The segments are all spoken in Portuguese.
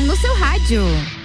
no seu rádio.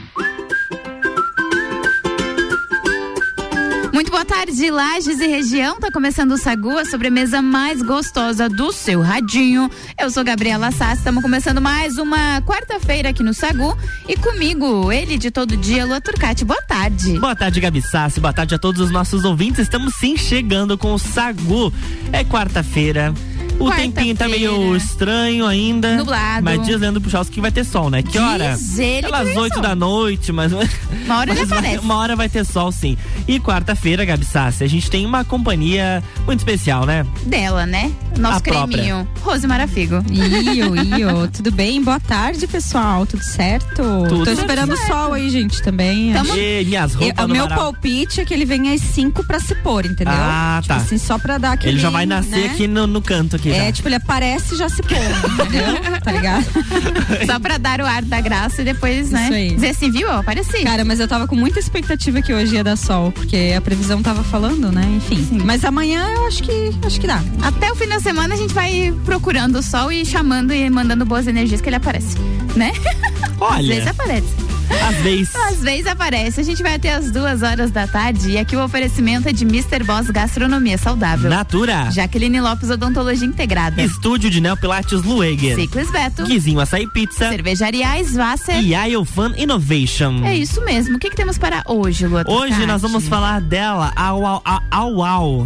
Muito boa tarde, Lages e região. Tá começando o Sagu, a sobremesa mais gostosa do seu radinho. Eu sou Gabriela Sassi, estamos começando mais uma quarta-feira aqui no Sagu. E comigo, ele de todo dia, Lua Turcati. Boa tarde. Boa tarde, Gabi Sassi. Boa tarde a todos os nossos ouvintes. Estamos sim chegando com o Sagu. É quarta-feira. O tempinho tá meio estranho ainda. Nublado. Mas diz Leandro Puchalski que vai ter sol, né? Que hora? Pelas 8 da noite, mas uma hora ele aparece. Uma hora vai ter sol, sim. E quarta-feira, Gabi Sassi, a gente tem uma companhia muito especial, né? Dela, né? Nosso creminho. Rose Marafigo. Io. Tudo bem? Boa tarde, pessoal. Tudo certo? Tô esperando o sol aí, gente, também. Minhas roupas o meu palpite é que ele vem às 5 pra se pôr, entendeu? Ah, tipo tá. Assim, só pra dar aquele... Ele já vai nascer, né? Aqui no canto aqui. É, tipo, ele aparece e já se põe, entendeu? Tá ligado? Só pra dar o ar da graça e depois, né? Isso aí. Dizer assim, viu? Eu apareci. Cara, mas eu tava com muita expectativa que hoje ia dar sol, porque a previsão tava falando, né? Enfim. Sim. Mas amanhã eu acho que dá. Até o fim da semana a gente vai procurando o sol e chamando e mandando boas energias que ele aparece, né? Olha. Às vezes aparece. Às vezes aparece. A gente vai até as 2h da tarde e aqui o oferecimento é de Mr. Boss Gastronomia Saudável. Natura. Jaqueline Lopes Odontologia Integrada. Estúdio de Neopilates Lueger. Ciclis Beto. Guizinho Açaí Pizza. Cervejaria Svasser. E Iofan Innovation. É isso mesmo. O que temos para hoje, Lua? Hoje nós vamos falar dela, Au.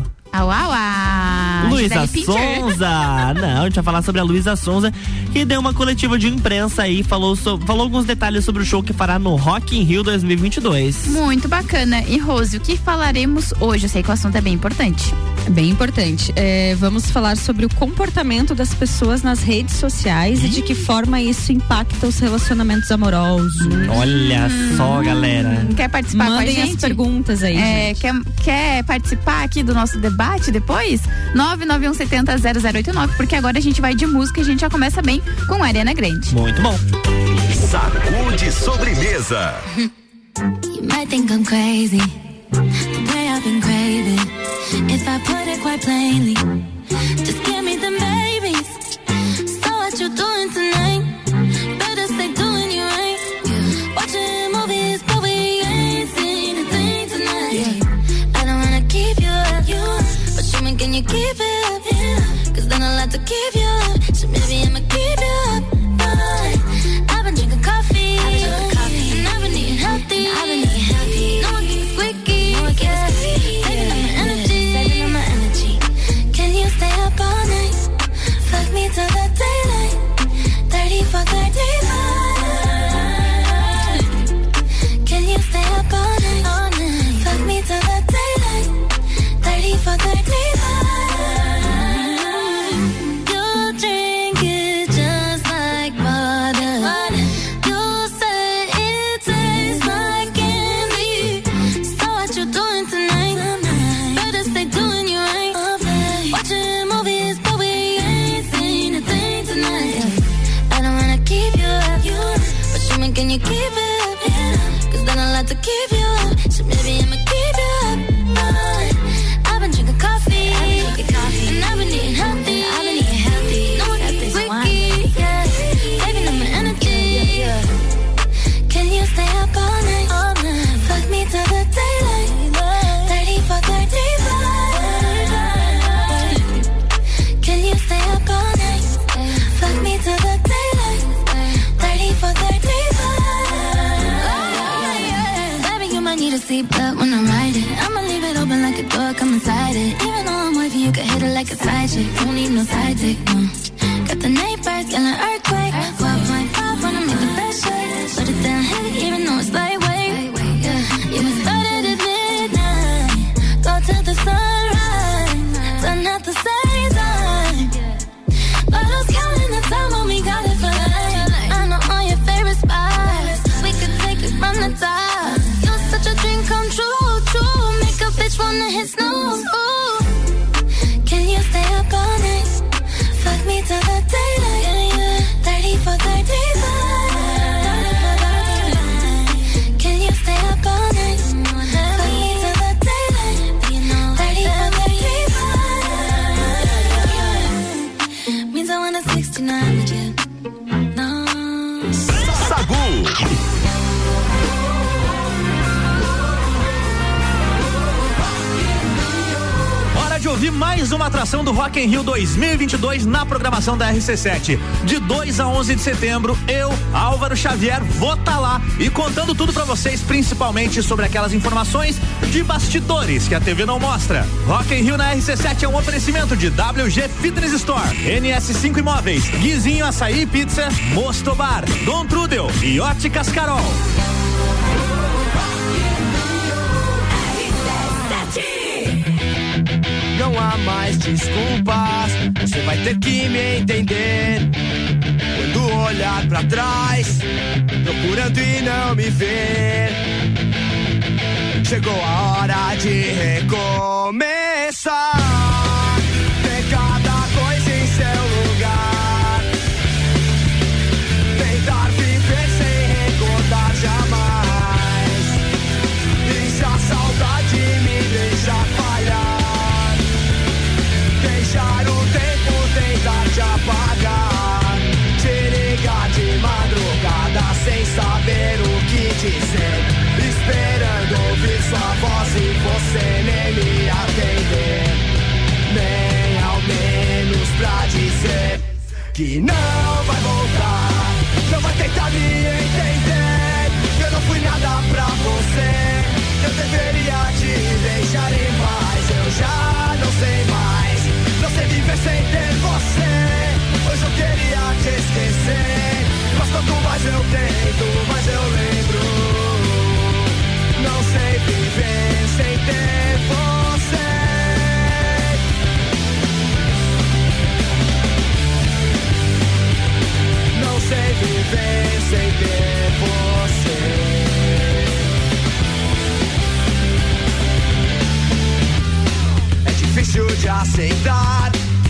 Luísa Sonza. Não, a gente vai falar sobre a Luísa Sonza, que deu uma coletiva de imprensa aí, falou alguns detalhes sobre o show que fará no Rock in Rio 2022. Muito bacana. E Rose, o que falaremos hoje? Eu sei que o assunto é bem importante. Bem importante. Vamos falar sobre o comportamento das pessoas nas redes sociais e de que forma isso impacta os relacionamentos amorosos. Olha só, galera. Quer participar com a gente? Mandem as perguntas aí, gente. Quer participar aqui do nosso debate depois? 991700089, porque agora a gente vai de música e a gente já começa bem com a Ariana Grande. Muito bom. Sagu de sobremesa. You might think I'm crazy, the way I've been craving. If I put it quite plainly, just give me them babies. So what you doing tonight? Better stay doing you right. Watching movies, but we ain't seen a thing tonight. I don't wanna keep you up, but show me, can you keep it up? Cause then I'll have to keep you up. So maybe I'ma keep you up. I've been drinking coffee, and I've been eating healthy. No one keeps squeaky, saving up my energy. Can you stay up all night? Fuck me till the daylight. 30 for 35. Can you stay up all night? Fuck me till the daylight. 30 for 35. You drink it just like water. You say it tastes like candy. So what you doing tonight? Better stay doing you right. Watching movies, but we ain't seen a thing tonight. I don't wanna keep you up, but show me, can you keep it up? Cause then I'll have to keep you up. So maybe I'ma keep you up. I've been drinking coffee, and I've been eating healthy. No one keeps squeaky, saving up my energy. Can you stay up all night? Fuck me till the daylight. 30 for 35. Can you stay up all night? Fuck me till the daylight. 30 for 35. Baby, you might need a seatbelt when I'm riding. I'ma leave it open like a door, come inside it. Even though I'm with you, you can hit it like a side chick. Don't need no side dick, no. Got the neighbors, yelling earthquake. 12.5 wanna make the best shake. Put it down heavy, even though it's lightweight. Yeah, we started at midnight. Go till the sunrise. Done at the same time. Bottles counting the time when we got it for life. I know all your favorite spots. We could take it from the top. You're such a dream come true. Make a bitch wanna hit snooze. Ooh. Can you stay up all night? Fuck me till the daylight. 30 for 35. Can you stay up all night? Fuck me till the daylight. 30 for 35. Means I want a 69 with you. No. Sagu ouvir mais uma atração do Rock in Rio 2022 na programação da RC7. De 2 a 11 de setembro, eu, Álvaro Xavier, vou estar lá e contando tudo pra vocês, principalmente sobre aquelas informações de bastidores que a TV não mostra. Rock in Rio na RC7 é um oferecimento de WG Fitness Store, NS5 Imóveis, Guizinho Açaí e Pizza, Mosto Bar, Dom Trudel e Óticas Carol. Não há mais desculpas, você vai ter que me entender. Quando olhar pra trás, procurando e não me ver, chegou a hora de recomeçar. Ter cada coisa em seu lugar, tentar viver sem recordar jamais. E se a saudade me deixa falhar, deixar o tempo tentar te apagar, te ligar de madrugada sem saber o que dizer, esperando ouvir sua voz e você nem me atender, nem ao menos pra dizer que não vai voltar, não vai tentar me entender, eu não fui nada pra você, eu deveria te deixar em paz, eu já não sei mais, não sei viver sem ter você, hoje eu queria te esquecer, mas quanto mais eu tento, mais eu lembro, não sei viver sem ter você. Não sei viver sem ter você. É difícil de aceitar,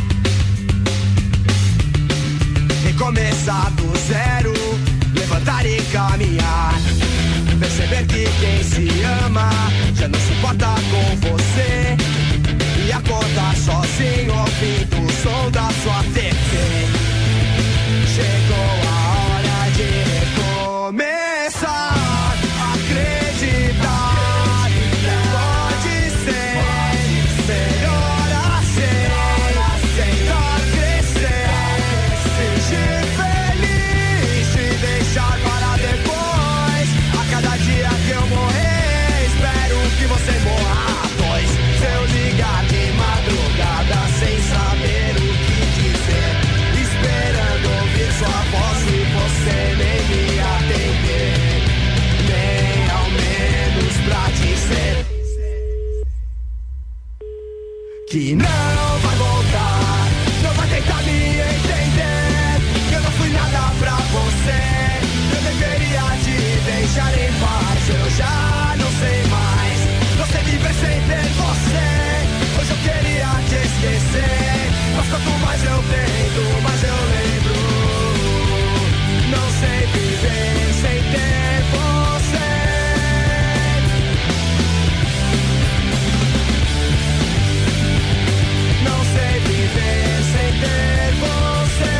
recomeçar do zero, levantar e caminhar, perceber que quem se ama já não se importa com você, e acordar sozinho ouvindo o som da sua TV. Chegou a hora de recomeçar, acreditar, pode ser melhor assim, tentar crescer, fingir feliz, te deixar para depois. A cada dia que eu morrer, espero que você morra, pois se eu ligar de madrugada sem saber o que dizer, esperando ouvir sua voz e você nem me atender, nem ao menos pra dizer que não vai voltar, não vai tentar me entender, que eu não fui nada pra você, eu deveria te deixar em paz, eu já não sei mais, não sei viver sem ter você, hoje eu queria te esquecer, mas quanto mais eu tento, mais eu lembro, não sei viver sem ter você. Não sei viver sem ter você.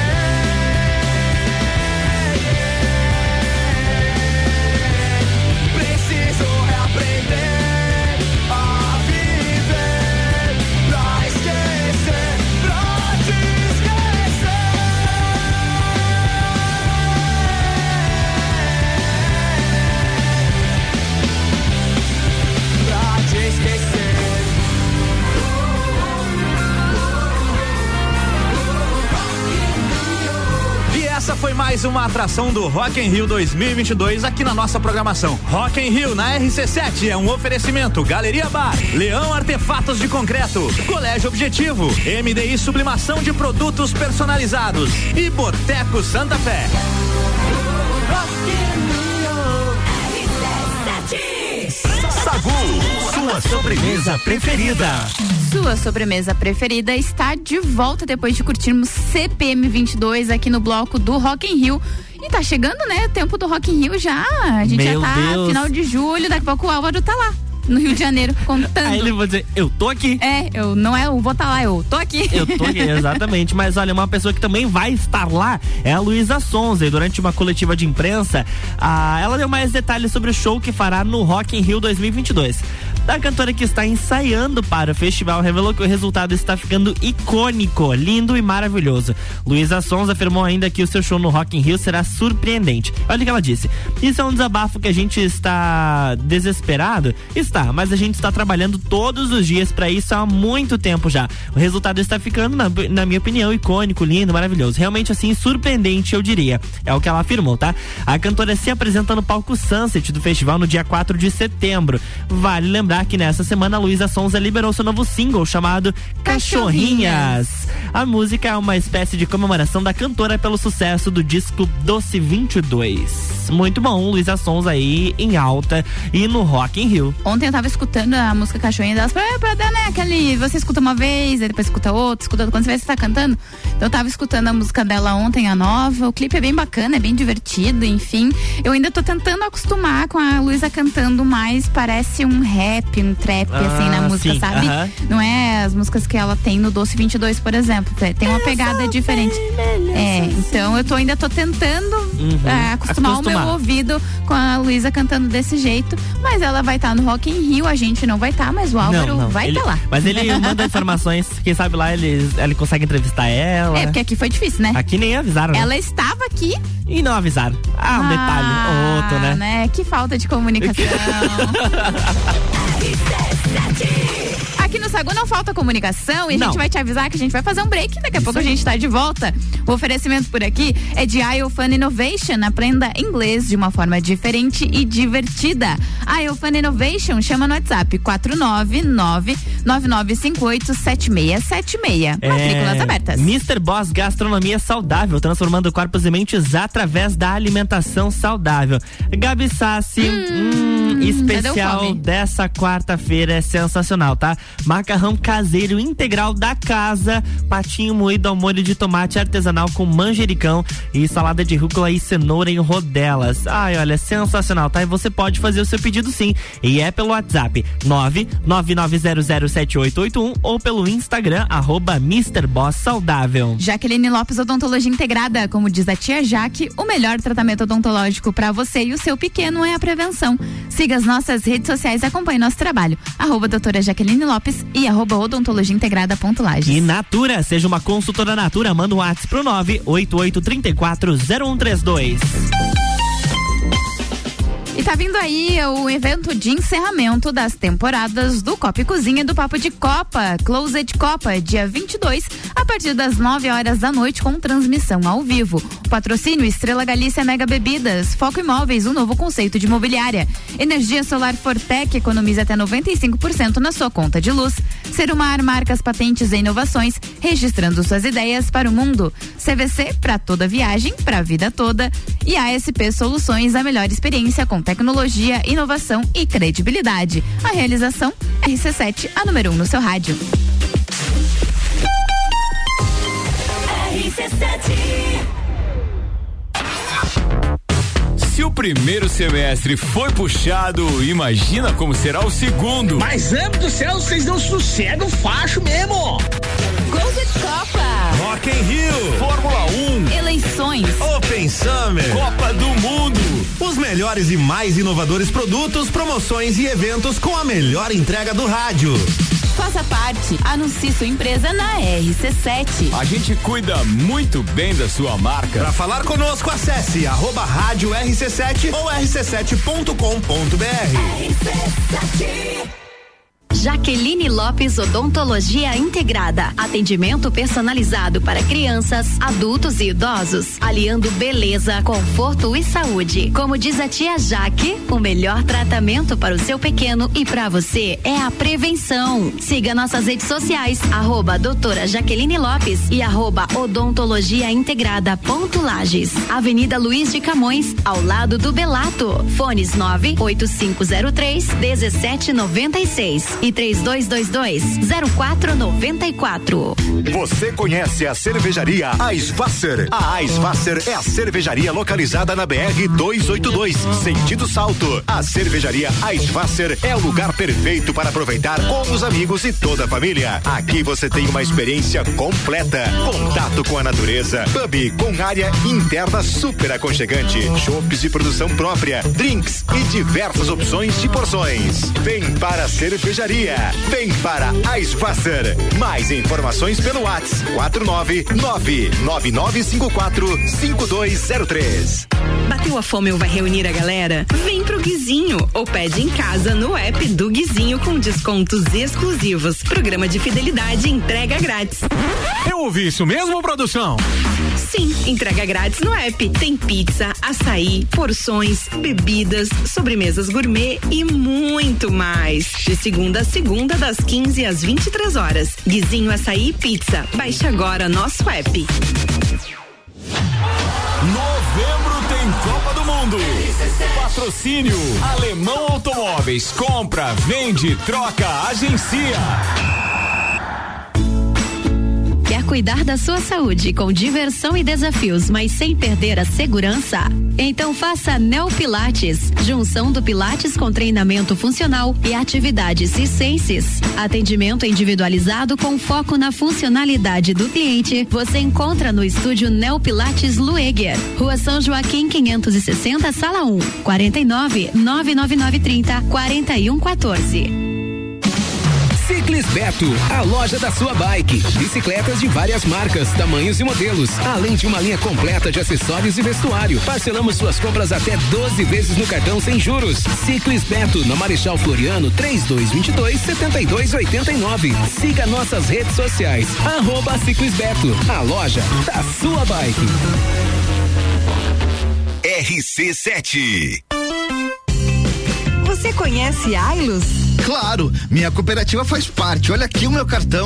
Preciso reaprender a viver, pra esquecer, pra te esquecer. Pra te esquecer. E essa foi mais uma atração do Rock in Rio 2022 aqui na nossa programação. Rock in Rio na RC7 é um oferecimento Galeria Bar, Leão Artefatos de Concreto, Colégio Objetivo, MDI Sublimação de Produtos Personalizados e Boteco Santa Fé. Sagu, sua sobremesa preferida. Sua sobremesa preferida está de volta depois de curtirmos CPM 22 aqui no bloco do Rock in Rio. E tá chegando, né? O tempo do Rock in Rio já. A gente Meu já tá Deus. final de julho, daqui a pouco o Álvaro tá lá. No Rio de Janeiro, contando. Aí ele vai dizer, eu tô aqui. Eu vou estar lá, eu tô aqui. Eu tô aqui, exatamente. Mas olha, uma pessoa que também vai estar lá é a Luísa Sonza. E durante uma coletiva de imprensa, ela deu mais detalhes sobre o show que fará no Rock in Rio 2022. da cantora que está ensaiando para o festival, revelou que o resultado está ficando icônico, lindo e maravilhoso. Luísa Sonza afirmou ainda que o seu show no Rock in Rio será surpreendente. Olha o que ela disse: isso é um desabafo que a gente está desesperado? Está, mas a gente está trabalhando todos os dias para isso há muito tempo já. O resultado está ficando, na minha opinião, icônico, lindo, maravilhoso. Realmente assim, surpreendente, eu diria. É o que ela afirmou, tá? A cantora se apresenta no palco Sunset do festival no dia 4 de setembro. Vale lembrar que nessa semana a Luísa Sonza liberou seu novo single chamado Cachorrinhas. A música é uma espécie de comemoração da cantora pelo sucesso do disco Doce 22. Muito bom, Luísa Sonza aí em alta e no Rock in Rio. Ontem eu tava escutando a música Cachorrinha delas pra dar, né, aquele, você escuta uma vez, aí depois escuta outra, quando você vê, você tá cantando. Então eu tava escutando a música dela ontem, a nova, o clipe é bem bacana, é bem divertido, enfim. Eu ainda tô tentando acostumar com a Luísa cantando mais, parece um rap, um trap, assim, na música, sim, sabe? Não é as músicas que ela tem no Doce 22, por exemplo, tem uma pegada diferente. Então eu ainda tô tentando acostumar o meu ouvido com a Luísa cantando desse jeito, mas ela vai estar no Rock in Rio, a gente não vai estar, mas o Álvaro vai estar lá. Mas ele manda informações, quem sabe lá ele consegue entrevistar ela. É, porque aqui foi difícil, né? Aqui nem avisaram, né? Ela estava aqui e não avisaram. Um detalhe, outro, né? Que falta de comunicação. Aqui no Sagu não falta comunicação e a gente vai te avisar que a gente vai fazer um break, daqui a pouco a gente tá de volta. O oferecimento por aqui é de IOFAN Innovation, aprenda inglês de uma forma diferente e divertida. IOFAN Innovation, chama no WhatsApp 499-9958-7676. Matrículas abertas. Mr. Boss Gastronomia Saudável, transformando corpos e mentes através da alimentação saudável. Gabi Sassi, especial dessa quarta-feira é sensacional, tá? Macarrão caseiro integral da casa, patinho moído ao molho de tomate artesanal com manjericão e salada de rúcula e cenoura em rodelas. Ai, olha, sensacional, tá? E você pode fazer o seu pedido sim, e é pelo WhatsApp 999007881 ou pelo Instagram @MrBossSaudável. Jaqueline Lopes Odontologia Integrada, como diz a tia Jaque, o melhor tratamento odontológico para você e o seu pequeno é a prevenção. Siga as nossas redes sociais e acompanhe nosso trabalho. @doutora Jaqueline Lopes e @odontologiaintegrada.lages. E Natura, seja uma consultora Natura, manda um WhatsApp pro 988340132. E tá vindo aí o evento de encerramento das temporadas do Copa e Cozinha do Papo de Copa, Closet Copa, dia 22, a partir das 9h da noite, com transmissão ao vivo. O patrocínio Estrela Galícia Mega Bebidas, Foco Imóveis, um novo conceito de imobiliária. Energia Solar Fortec, economiza até 95% na sua conta de luz. Serumar, marcas, patentes e inovações, registrando suas ideias para o mundo. CVC, para toda viagem, para a vida toda. E ASP Soluções, a melhor experiência com tecnologia, inovação e credibilidade. A realização RC7, a número 1 no seu rádio. Se o primeiro semestre foi puxado, imagina como será o segundo. Mas, amo do céu, vocês não sossegam facho mesmo. Closet Copa, Rock in Rio, Fórmula 1, eleições, Open Summer, Copa do Mundo. Os melhores e mais inovadores produtos, promoções e eventos com a melhor entrega do rádio. Faça parte, anuncie sua empresa na RC7. A gente cuida muito bem da sua marca. Para falar conosco, acesse @rádio RC7 ou rc7.com.br. Jaqueline Lopes Odontologia Integrada. Atendimento personalizado para crianças, adultos e idosos, aliando beleza, conforto e saúde. Como diz a tia Jaque, o melhor tratamento para o seu pequeno e para você é a prevenção. Siga nossas redes sociais, @doutora Jaqueline Lopes e @odontologiaintegrada.lages. Avenida Luiz de Camões, ao lado do Belato. Fones 98503-1796 e 93222-0494. Você conhece a cervejaria Eiswasser? A Eiswasser é a cervejaria localizada na BR 282, sentido Salto. A cervejaria Eiswasser é o lugar perfeito para aproveitar com os amigos e toda a família. Aqui você tem uma experiência completa, contato com a natureza, pub com área interna super aconchegante, chopes de produção própria, drinks e diversas opções de porções. Vem para a cervejaria, vem para Eiswasser. Mais informações pelo WhatsApp 49999545203. Bateu a fome ou vai reunir a galera? Vem pro Guizinho ou pede em casa no app do Guizinho com descontos exclusivos. Programa de fidelidade e entrega grátis. Eu ouvi isso mesmo, produção? Sim, entrega grátis no app. Tem pizza, açaí, porções, bebidas, sobremesas gourmet e muito mais. De segunda a segunda, das 15 às 23 horas. Guizinho Açaí e Pizza. Baixe agora nosso app. Novembro tem Copa do Mundo. Patrocínio Alemão Automóveis. Compra, vende, troca, agencia. Quer cuidar da sua saúde com diversão e desafios, mas sem perder a segurança? Então faça Neo Pilates, junção do Pilates com treinamento funcional e atividades circenses. Atendimento individualizado com foco na funcionalidade do cliente. Você encontra no estúdio Neo Pilates Lueger, Rua São Joaquim 560, Sala 1, 49-99930-4114. Ciclis Beto, a loja da sua bike. Bicicletas de várias marcas, tamanhos e modelos, além de uma linha completa de acessórios e vestuário. Parcelamos suas compras até 12 vezes no cartão sem juros. Ciclis Beto, na Marechal Floriano, 3222-7289. Siga nossas redes sociais, @Ciclis Beto, a loja da sua bike. RC7. Você conhece Ailus? Claro, minha cooperativa faz parte. Olha aqui o meu cartão.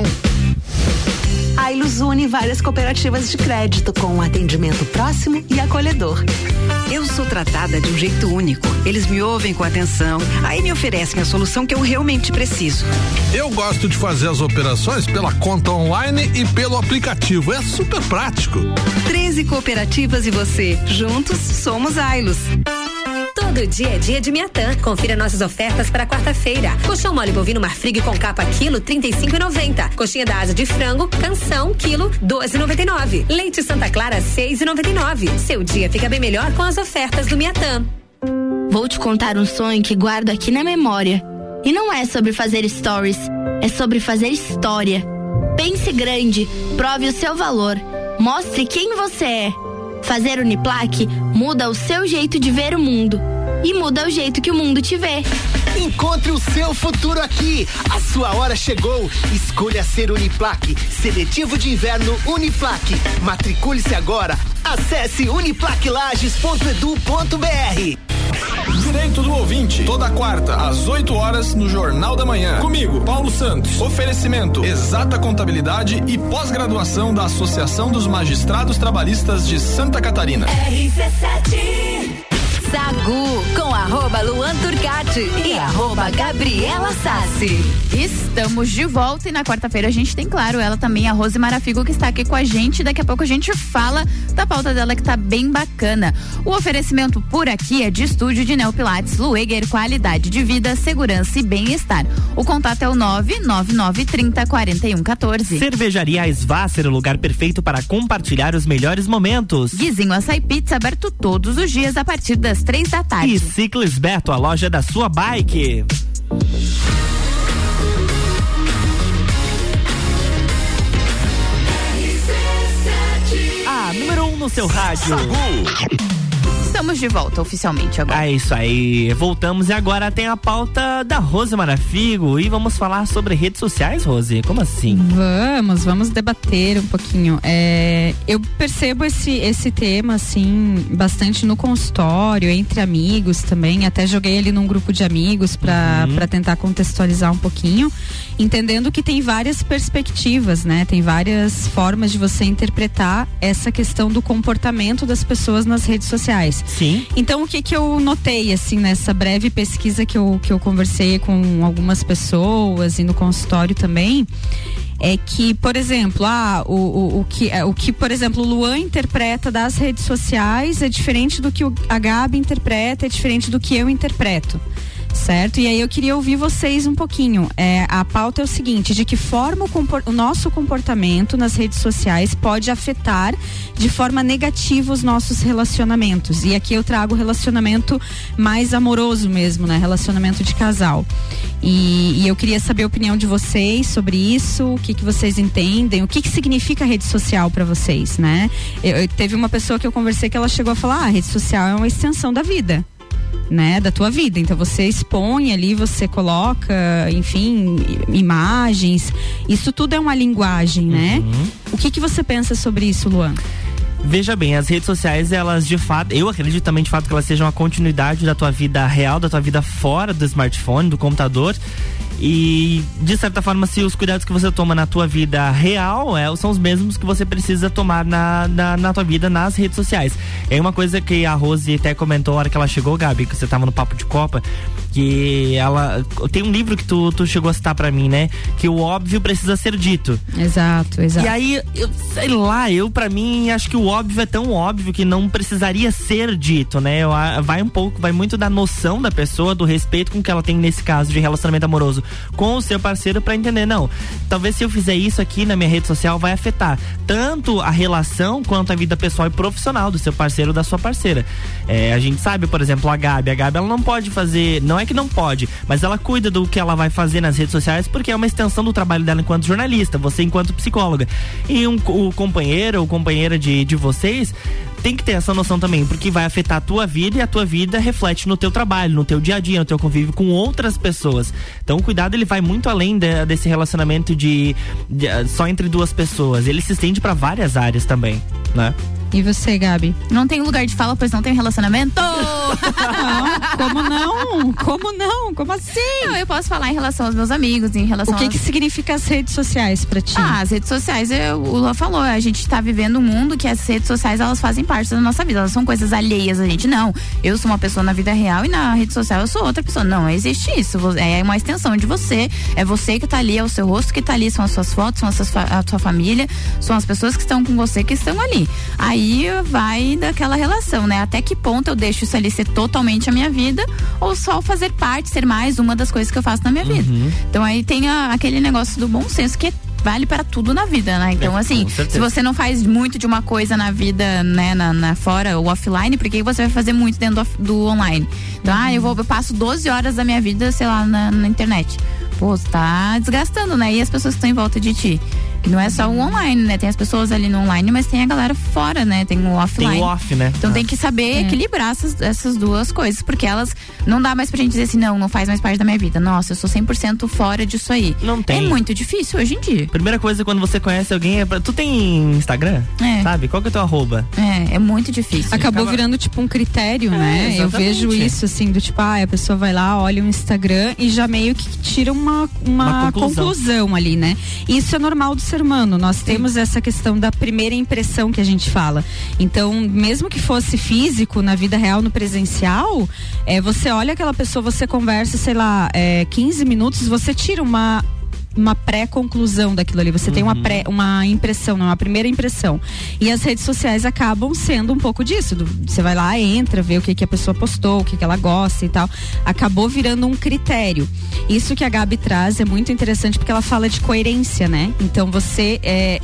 Ailus une várias cooperativas de crédito com um atendimento próximo e acolhedor. Eu sou tratada de um jeito único. Eles me ouvem com atenção, aí me oferecem a solução que eu realmente preciso. Eu gosto de fazer as operações pela conta online e pelo aplicativo. É super prático. 13 cooperativas e você. Juntos somos Ailus. Todo dia é dia de Miatã. Confira nossas ofertas para quarta-feira. Colchão mole bovino Marfrig com capa quilo, R$35,90. Coxinha da asa de frango, canção, quilo, R$12,99. Leite Santa Clara, R$6,99. Seu dia fica bem melhor com as ofertas do Miatã. Vou te contar um sonho que guardo aqui na memória. E não é sobre fazer stories, é sobre fazer história. Pense grande, prove o seu valor, mostre quem você é. Fazer Uniplaque muda o seu jeito de ver o mundo e muda o jeito que o mundo te vê. Encontre o seu futuro aqui. A sua hora chegou. Escolha ser Uniplaque. Seletivo de inverno Uniplaque. Matricule-se agora. Acesse uniplaquelages.edu.br. Direito do ouvinte, toda quarta, às 8 horas, no Jornal da Manhã. Comigo, Paulo Santos. Oferecimento, Exata Contabilidade e pós-graduação da Associação dos Magistrados Trabalhistas de Santa Catarina. RC7 Sagu, com @Luan Turcati e @Gabriela Sassi. Estamos de volta e na quarta-feira a gente tem, claro, ela também, a Rose Marafigo, que está aqui com a gente. Daqui a pouco a gente fala da pauta dela, que tá bem bacana. O oferecimento por aqui é de estúdio de Neo Pilates Lueger, qualidade de vida, segurança e bem-estar. O contato é o 99930-4114. Cervejaria Eiswasser, o lugar perfeito para compartilhar os melhores momentos. Guizinho Açaí Pizza, aberto todos os dias a partir das 3 da tarde. E Ciclis Beto, a loja da sua bike. A número 1 no seu rádio. Estamos de volta oficialmente agora. É isso aí, voltamos e agora tem a pauta da Rose Marafigo e vamos falar sobre redes sociais, Rose, como assim? Vamos debater um pouquinho. Eu percebo esse tema, assim, bastante no consultório, entre amigos também, até joguei ele num grupo de amigos pra tentar contextualizar um pouquinho, entendendo que tem várias perspectivas, né? Tem várias formas de você interpretar essa questão do comportamento das pessoas nas redes sociais. Sim. Então, o que eu notei, assim, nessa breve pesquisa que eu conversei com algumas pessoas e no consultório também, é que, por exemplo, o que, por exemplo, o Luan interpreta das redes sociais é diferente do que a Gabi interpreta, é diferente do que eu interpreto. Certo? E aí eu queria ouvir vocês um pouquinho. A pauta é o seguinte: de que forma o nosso comportamento nas redes sociais pode afetar de forma negativa os nossos relacionamentos. E aqui eu trago o relacionamento mais amoroso mesmo, né? Relacionamento de casal. E eu queria saber a opinião de vocês sobre isso, o que vocês entendem, o que significa rede social para vocês, né? Teve uma pessoa que eu conversei que ela chegou a falar: a rede social é uma extensão da vida, né, da tua vida. Então você expõe ali, você coloca, enfim, imagens, isso tudo é uma linguagem, né? O que você pensa sobre isso, Luan? Veja bem, as redes sociais, elas de fato, eu acredito também de fato que elas sejam a continuidade da tua vida real, da tua vida fora do smartphone, do computador. E de certa forma, se os cuidados que você toma na tua vida real são os mesmos que você precisa tomar na tua vida nas redes sociais. É uma coisa que a Rose até comentou na hora que ela chegou, Gabi, que você tava no Papo de Copa, que ela tem um livro que tu chegou a citar pra mim, né? Que o óbvio precisa ser dito. Exato. E aí, pra mim, acho que o óbvio é tão óbvio que não precisaria ser dito, né? Vai muito da noção da pessoa, do respeito com que ela tem nesse caso de relacionamento amoroso com o seu parceiro, pra entender, não, talvez se eu fizer isso aqui na minha rede social vai afetar tanto a relação quanto a vida pessoal e profissional do seu parceiro ou da sua parceira. A gente sabe, por exemplo, a Gabi ela não pode fazer, não é que não pode, mas ela cuida do que ela vai fazer nas redes sociais porque é uma extensão do trabalho dela enquanto jornalista, você enquanto psicóloga. E o companheiro ou companheira de vocês tem que ter essa noção também, porque vai afetar a tua vida e a tua vida reflete no teu trabalho, no teu dia a dia, no teu convívio com outras pessoas. Então o cuidado, ele vai muito além desse relacionamento de só entre duas pessoas, ele se estende para várias áreas também, né? E você, Gabi? Não tem lugar de fala, pois não tem relacionamento? Como não? Como assim? Não, eu posso falar em relação aos meus amigos, em relação O que significa as redes sociais pra ti? As redes sociais, o Lua falou, a gente tá vivendo um mundo que as redes sociais, elas fazem parte da nossa vida, elas são coisas alheias a gente. Não, eu sou uma pessoa na vida real e na rede social eu sou outra pessoa. Não existe isso, é uma extensão de você, é você que tá ali, é o seu rosto que tá ali, são as suas fotos, são a sua família, são as pessoas que estão com você que estão ali. Aí vai daquela relação, né? Até que ponto eu deixo isso ali ser totalmente a minha vida ou só fazer parte, ser mais uma das coisas que eu faço na minha vida. Então aí tem aquele negócio do bom senso que vale para tudo na vida, né? Então assim, se você não faz muito de uma coisa na vida, né, na fora ou offline, por que você vai fazer muito dentro do online? Então, eu passo 12 horas da minha vida, sei lá, na internet. Pô, você tá desgastando, né? E as pessoas que estão em volta de ti. Não é só o online, né? Tem as pessoas ali no online, mas tem a galera fora, né? Tem o offline. Tem o off, né? Então tem que saber equilibrar essas duas coisas, porque elas não dá mais pra gente dizer assim, não faz mais parte da minha vida. Nossa, eu sou 100% fora disso aí. Não tem. É muito difícil hoje em dia. Primeira coisa, quando você conhece alguém, tu tem Instagram? Sabe? Qual que é o teu arroba? É muito difícil. Acabou virando tipo um critério, né? Exatamente. Eu vejo isso assim, do tipo, a pessoa vai lá, olha o Instagram e já meio que tira uma conclusão ali, né? Isso é normal do ser humano. Nós temos essa questão da primeira impressão que a gente fala. Então, mesmo que fosse físico, na vida real, no presencial, você olha aquela pessoa, você conversa, sei lá, 15 minutos, você tira uma pré-conclusão daquilo ali, você tem uma impressão, uma primeira impressão. E as redes sociais acabam sendo um pouco disso, você vai lá, entra, vê o que a pessoa postou, o que ela gosta e tal, acabou virando um critério. Isso que a Gabi traz é muito interessante porque ela fala de coerência, né? Então você,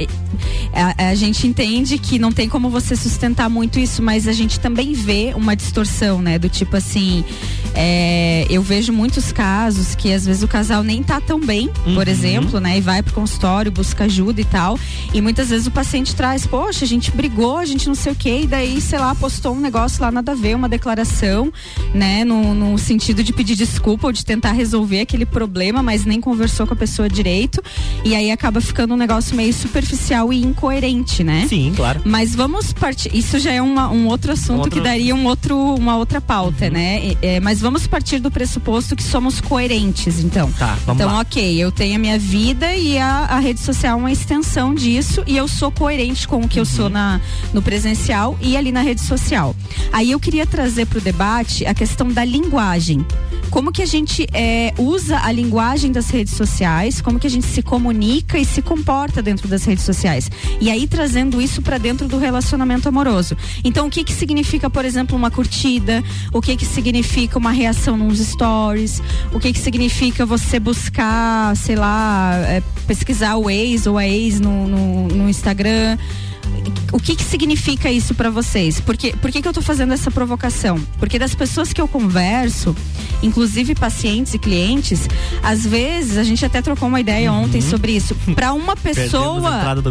a gente entende que não tem como você sustentar muito isso, mas a gente também vê uma distorção, né? Do tipo assim, eu vejo muitos casos que às vezes o casal nem tá tão bem, por exemplo, né? E vai pro consultório, busca ajuda e tal. E muitas vezes o paciente traz, poxa, a gente brigou, a gente não sei o quê, e daí, sei lá, postou um negócio lá nada a ver, uma declaração, né? No sentido de pedir desculpa ou de tentar resolver aquele problema, mas nem conversou com a pessoa direito. E aí acaba ficando um negócio meio superficial e incoerente, né? Sim, claro. Mas vamos partir. Isso já é um outro assunto que daria uma outra pauta, né? Mas vamos partir do pressuposto que somos coerentes, então. Tá, vamos então, lá. ok, eu tenho a minha vida e a rede social é uma extensão disso e eu sou coerente com o que eu sou no presencial e ali na rede social. Aí eu queria trazer para o debate a questão da linguagem. Como que a gente usa a linguagem das redes sociais, como que a gente se comunica e se comporta dentro das redes sociais. E aí trazendo isso para dentro do relacionamento amoroso. Então, o que significa, por exemplo, uma curtida? O que significa uma reação nos stories? O que significa você buscar, sei lá, pesquisar o ex ou a ex no Instagram? O que significa isso pra vocês? Por que eu tô fazendo essa provocação? Porque das pessoas que eu converso, inclusive pacientes e clientes, às vezes, a gente até trocou uma ideia ontem sobre isso. Pra uma pessoa,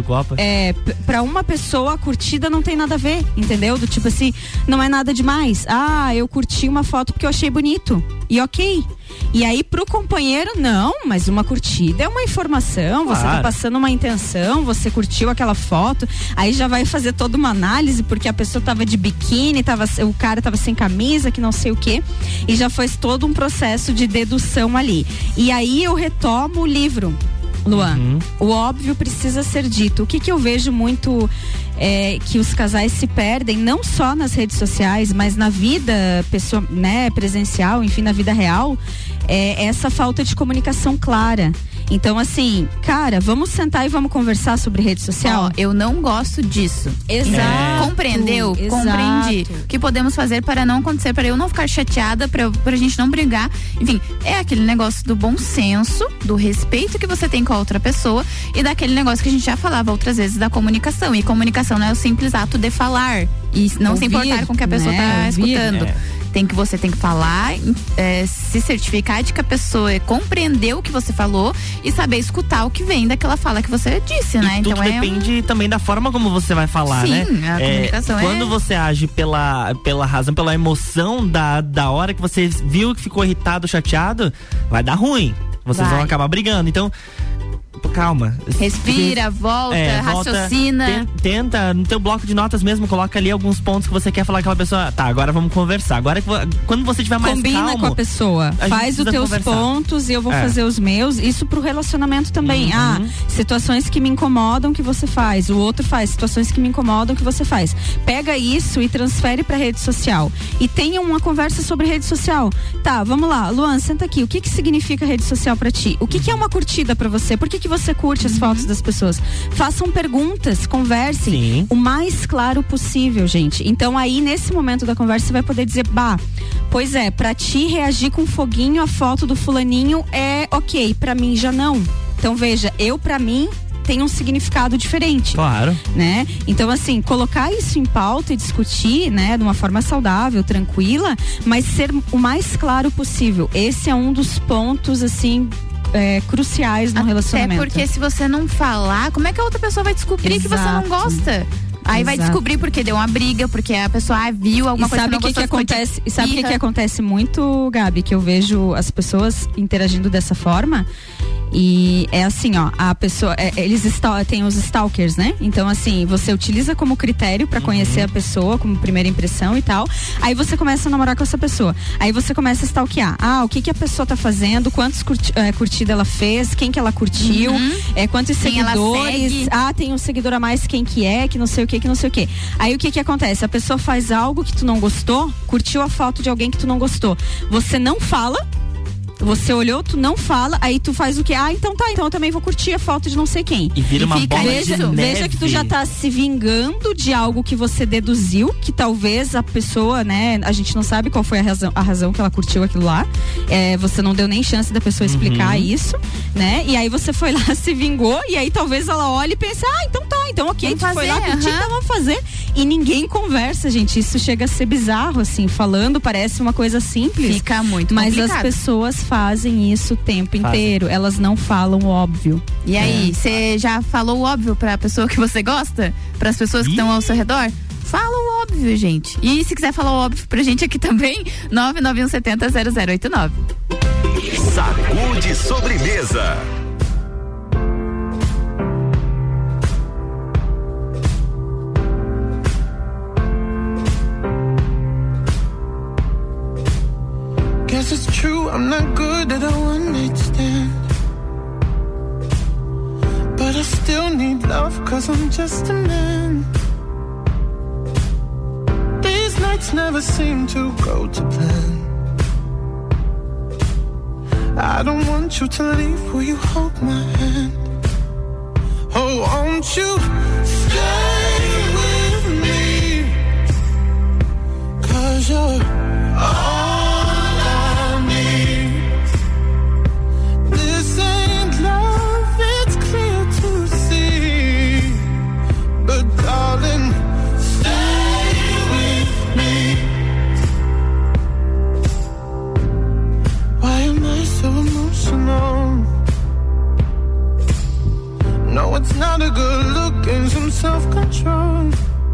pra uma pessoa a curtida não tem nada a ver, entendeu? Do tipo assim, não é nada demais. Ah, eu curti uma foto porque eu achei bonito. E ok. E aí pro companheiro, não, mas uma curtida é uma informação, você tá passando uma intenção, você curtiu aquela foto, aí já vai fazer toda uma análise, porque a pessoa tava de biquíni, o cara tava sem camisa, que não sei o quê, e já faz todo um processo de dedução ali. E aí eu retomo o livro, Luan. O óbvio precisa ser dito. O que eu vejo muito que os casais se perdem, não só nas redes sociais, mas na vida pessoa, né, presencial, enfim, na vida real, é essa falta de comunicação clara. Então, assim, cara, vamos sentar e vamos conversar sobre rede social? Eu não gosto disso. Exato. Compreendeu? Exato. Compreendi. O que podemos fazer para não acontecer, para eu não ficar chateada, pra gente não brigar. Enfim, é aquele negócio do bom senso, do respeito que você tem com a outra pessoa e daquele negócio que a gente já falava outras vezes da comunicação. E comunicação não é o simples ato de falar e não ouvir, se importar com o que a pessoa tá escutando. Você tem que falar, se certificar de que a pessoa compreendeu o que você falou e saber escutar o que vem daquela fala que você disse, né? Tudo depende também da forma como você vai falar, né? Sim, a comunicação quando você age pela razão, pela emoção da hora que você viu que ficou irritado, chateado, vai dar ruim. Vocês vão acabar brigando. Então, calma. Respira, volta, raciocina. Tenta, no teu bloco de notas mesmo, coloca ali alguns pontos que você quer falar com aquela pessoa. Tá, agora vamos conversar. Agora, quando você tiver mais calmo... Combina com a pessoa. Faz os teus pontos e eu vou fazer os meus. Isso pro relacionamento também. Situações que me incomodam que você faz. O outro faz situações que me incomodam que você faz. Pega isso e transfere pra rede social. E tenha uma conversa sobre rede social. Tá, vamos lá. Luan, senta aqui. O que significa rede social pra ti? O que é uma curtida pra você? Por que você curte as fotos das pessoas? Façam perguntas, conversem o mais claro possível, gente. Então aí, nesse momento da conversa, você vai poder dizer, pois é, pra ti reagir com foguinho a foto do fulaninho é ok, pra mim já não. Então veja, pra mim tem um significado diferente. Claro. Né? Então, assim, colocar isso em pauta e discutir, né, de uma forma saudável, tranquila, mas ser o mais claro possível. Esse é um dos pontos, assim, cruciais no relacionamento. Até porque se você não falar, como é que a outra pessoa vai descobrir que você não gosta? Aí vai descobrir porque deu uma briga, porque a pessoa viu alguma coisa que não gostou. E sabe o que acontece muito, Gabi? Que eu vejo as pessoas interagindo dessa forma. E é assim, ó, a pessoa, eles tem os stalkers, né? Então, assim, você utiliza como critério pra conhecer a pessoa, como primeira impressão e tal. Aí você começa a namorar com essa pessoa. Aí você começa a stalkear. O que a pessoa tá fazendo, quantas curtidas ela fez, quem que ela curtiu, quantos seguidores. Tem um seguidor a mais, quem que é, que não sei o que não sei o que. Aí o que acontece? A pessoa faz algo que tu não gostou, curtiu a foto de alguém que tu não gostou. Você não fala, você olhou, tu não fala, aí tu faz o quê? Então eu também vou curtir a foto de não sei quem. E vira uma bola de neve. Veja que tu já tá se vingando de algo que você deduziu, que talvez a pessoa, né, a gente não sabe qual foi a razão que ela curtiu aquilo lá. Você não deu nem chance da pessoa explicar isso, né? E aí você foi lá, se vingou, e aí talvez ela olhe e pense, então ok, tu foi lá curtir, então vamos fazer. E ninguém conversa, gente. Isso chega a ser bizarro, assim, falando, parece uma coisa simples. Fica muito complicado. Mas as pessoas fazem isso o tempo inteiro. Elas não falam o óbvio. E aí, você já falou o óbvio pra pessoa que você gosta? Pras pessoas que estão ao seu redor? Fala o óbvio, gente. E se quiser falar o óbvio pra gente aqui também, 991700089. Sacude sobremesa. you, I'm not good at a one-night stand. But I still need love, 'cause I'm just a man. These nights never seem to go to plan. I don't want you to leave, will you hold my hand? Oh, won't you stay with me? 'Cause you're all I need. This ain't love, it's clear to see. But darling, stay with me. Why am I so emotional? No, it's not a good look, and some self-control.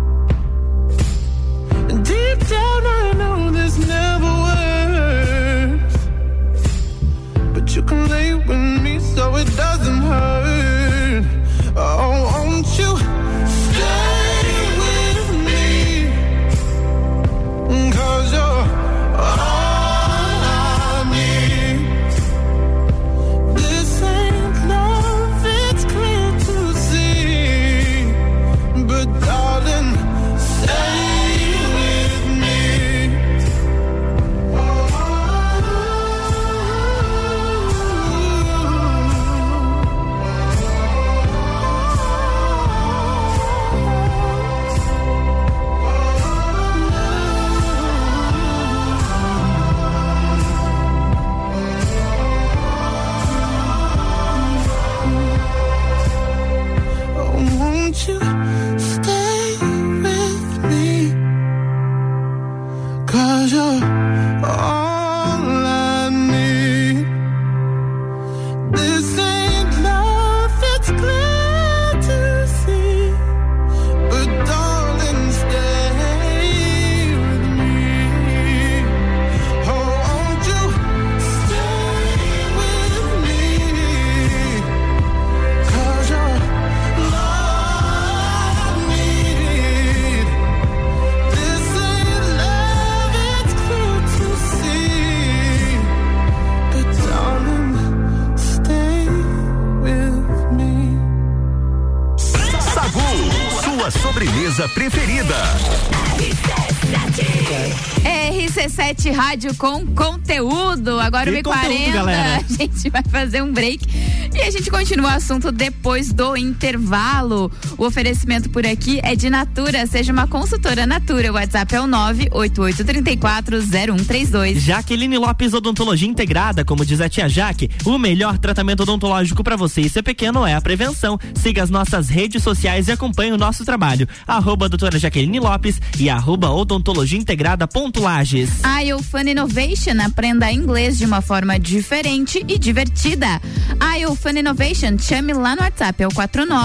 And deep down I know this never works, but you can lay with me so it doesn't hurt. Oh, won't you stay with me? 'Cause you're all I need. This ain't love, it's clear to see. But darling, stay with me. Oh, won't you stay with me? 'Cause you're all I need. This ain't love, it's clear to see. But darling, stay with me. Oh, won't you stay with me? 'Cause you're all I need. This ain't love, it's clear to see. But darling, stay with me. Sagu, sua sobremesa preferida. RC7 Rádio com conteúdo. Agora Que 1h40. conteúdo, galera? A gente vai fazer um break e a gente continua o assunto depois do intervalo. O oferecimento por aqui é de Natura. Seja uma consultora Natura. O WhatsApp é o 988340132. Jaqueline Lopes Odontologia Integrada, como diz a tia Jaque, o melhor tratamento odontológico para você e ser pequeno é a prevenção. Siga as nossas redes sociais e acompanhe o nosso trabalho. @doutora Jaqueline Lopes e @odontologiaintegrada.lages. A Fun Innovation, aprenda inglês de uma forma diferente e divertida. A Fun Innovation, chame lá no WhatsApp, é o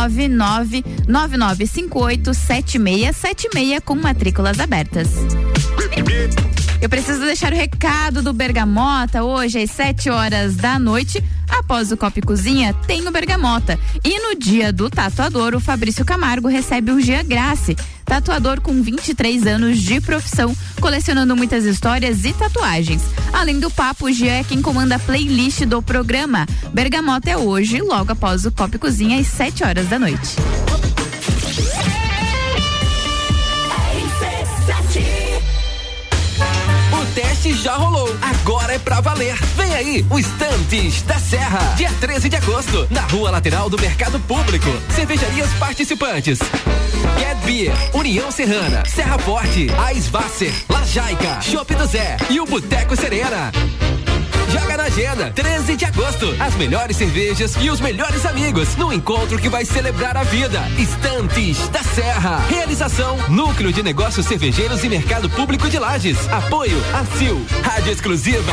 499-9958-7676 com matrículas abertas. Eu preciso deixar o recado do Bergamota. Hoje às 7h da noite, após o Copa e Cozinha, tem o Bergamota. E no dia do tatuador, o Fabrício Camargo recebe o Gia Grace, tatuador com 23 anos de profissão, colecionando muitas histórias e tatuagens. Além do papo, o Gia é quem comanda a playlist do programa. Bergamota é hoje, logo após o Copa e Cozinha, às 7h da noite. O teste já rolou, agora é pra valer. Vem aí, o Estantes da Serra, dia 13 de agosto, na rua lateral do Mercado Público. Cervejarias participantes: Get Beer, União Serrana, Serra Forte, Eisvasser, Lajaica, Chopp do Zé e o Boteco Serena. Joga na agenda, 13 de agosto, as melhores cervejas e os melhores amigos no encontro que vai celebrar a vida. Estantes da Serra. Realização: Núcleo de Negócios Cervejeiros e Mercado Público de Lages. Apoio: ACIL, Rádio Exclusiva.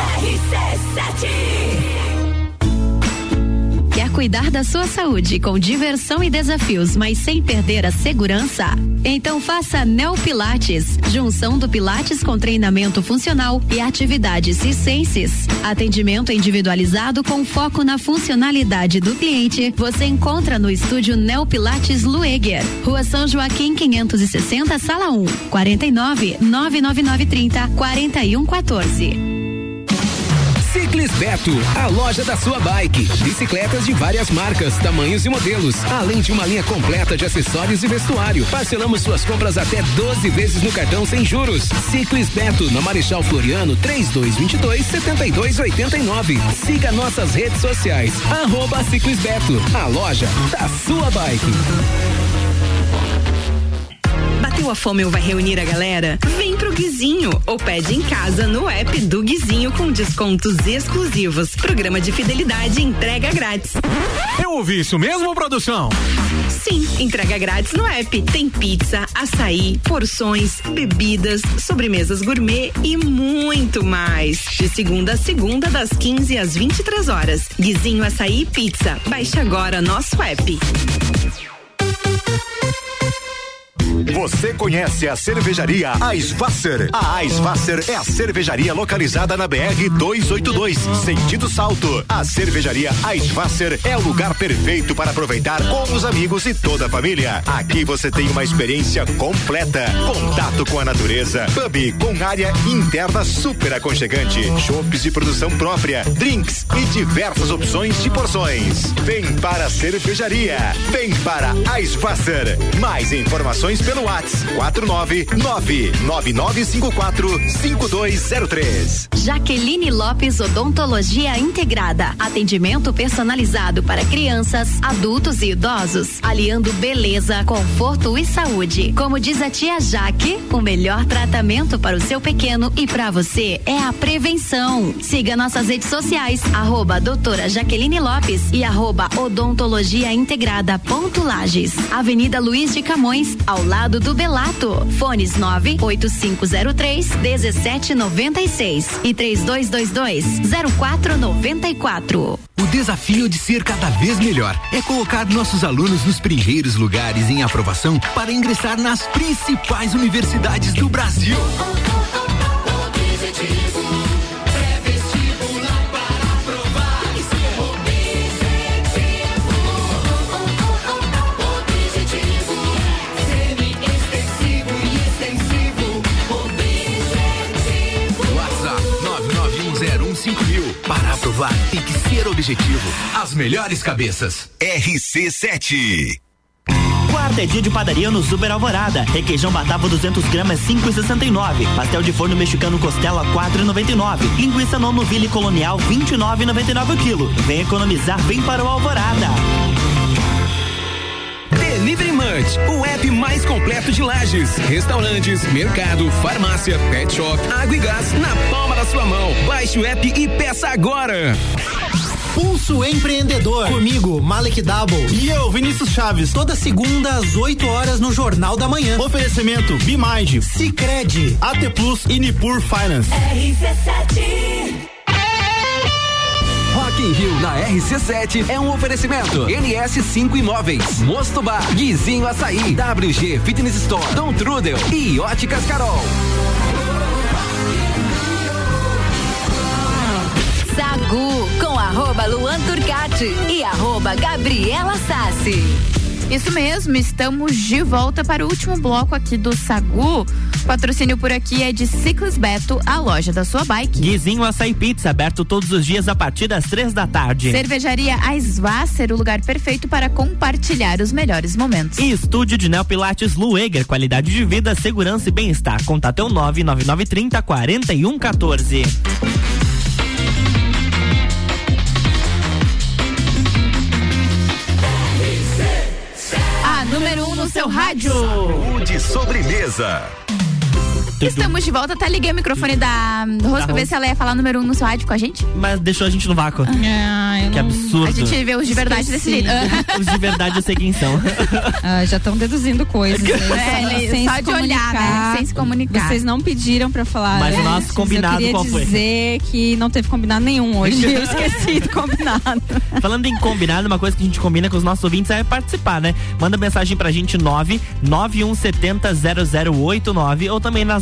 Quer cuidar da sua saúde com diversão e desafios, mas sem perder a segurança? Então faça Neopilates, junção do Pilates com treinamento funcional e atividades circenses. Atendimento individualizado com foco na funcionalidade do cliente. Você encontra no estúdio Neopilates Lueger, Rua São Joaquim 560, Sala 1, 49 99930 4114. Ciclis Beto, a loja da sua bike. Bicicletas de várias marcas, tamanhos e modelos, além de uma linha completa de acessórios e vestuário. Parcelamos suas compras até 12 vezes no cartão sem juros. Ciclis Beto, na Marechal Floriano, 3222-7289. Siga nossas redes sociais, @Ciclis Beto, a loja da sua bike. Bateu a fome ou vai reunir a galera? Vem pro Guizinho ou pede em casa no app do Guizinho com descontos exclusivos. Programa de fidelidade e entrega grátis. Eu ouvi isso mesmo, produção? Sim, entrega grátis no app. Tem pizza, açaí, porções, bebidas, sobremesas gourmet e muito mais. De segunda a segunda, das 15 às 23 horas. Guizinho Açaí e Pizza. Baixe agora nosso app. Você conhece a cervejaria Eisvasser? A Eisvasser é a cervejaria localizada na BR 282, sentido Salto. A cervejaria Eisvasser é o lugar perfeito para aproveitar com os amigos e toda a família. Aqui você tem uma experiência completa, contato com a natureza, pub com área interna super aconchegante, chopes de produção própria, drinks e diversas opções de porções. Vem para a cervejaria, vem para Eisvasser. Mais informações pelo WhatsApp 49999545203. Jaqueline Lopes Odontologia Integrada. Atendimento personalizado para crianças, adultos e idosos, aliando beleza, conforto e saúde. Como diz a tia Jaque, o melhor tratamento para o seu pequeno e para você é a prevenção. Siga nossas redes sociais, @doutora Jaqueline Lopes e @odontologiaintegrada.lages. Avenida Luiz de Camões, ao lado do Belato. Fones 98503-1796 e 3222-0494. O desafio de ser cada vez melhor é colocar nossos alunos nos primeiros lugares em aprovação para ingressar nas principais universidades do Brasil. Para aprovar, tem que ser objetivo. As melhores cabeças. RC7. Quarta é dia de padaria no Super Alvorada. Requeijão batavo 200 gramas 5,69. Pastel de forno mexicano costela 4,99. Linguiça Nonoville Colonial 29,99 o quilo. Vem economizar, vem para o Alvorada. Delivery Munch, o app mais completo de Lages. Restaurantes, mercado, farmácia, pet shop, água e gás na palma da sua mão. Baixe o app e peça agora. Pulso Empreendedor. Comigo, Malek Double. E eu, Vinícius Chaves. Toda segunda às 8 horas no Jornal da Manhã. Oferecimento Bimind, Sicredi, AT Plus e Nipur Finance. RC7. Rock in Rio na RC7 é um oferecimento. NS5 Imóveis, Mosto Bar, Guizinho Açaí, WG Fitness Store, Dom Trudel e Óticas Carol. Sagu com @Luan Turcati e @Gabriela Sassi. Isso mesmo, estamos de volta para o último bloco aqui do Sagu. O patrocínio por aqui é de Ciclis Beto, a loja da sua bike. Guizinho Açaí Pizza, aberto todos os dias a partir das 3 da tarde. Cervejaria Eisvasser, o lugar perfeito para compartilhar os melhores momentos. E estúdio de Neopilates Lueger, qualidade de vida, segurança e bem-estar. Contato é o 99930-4114. Número 1 no seu rádio. De sobremesa. Estamos de volta, até liguei o microfone da Rose pra ver se ela ia falar número 1 no seu rádio com a gente. Mas deixou a gente no vácuo. Que absurdo. A gente vê os de verdade desse jeito. Os de verdade eu sei quem são. Já estão deduzindo coisas. Só de olhar, né? Sem se comunicar. Vocês não pediram pra falar. Mas o nosso combinado qual foi? Eu queria dizer que não teve combinado nenhum hoje. Eu esqueci do combinado. Falando em combinado, uma coisa que a gente combina com os nossos ouvintes é participar, né? Manda mensagem pra gente 991700089 ou também nas nossas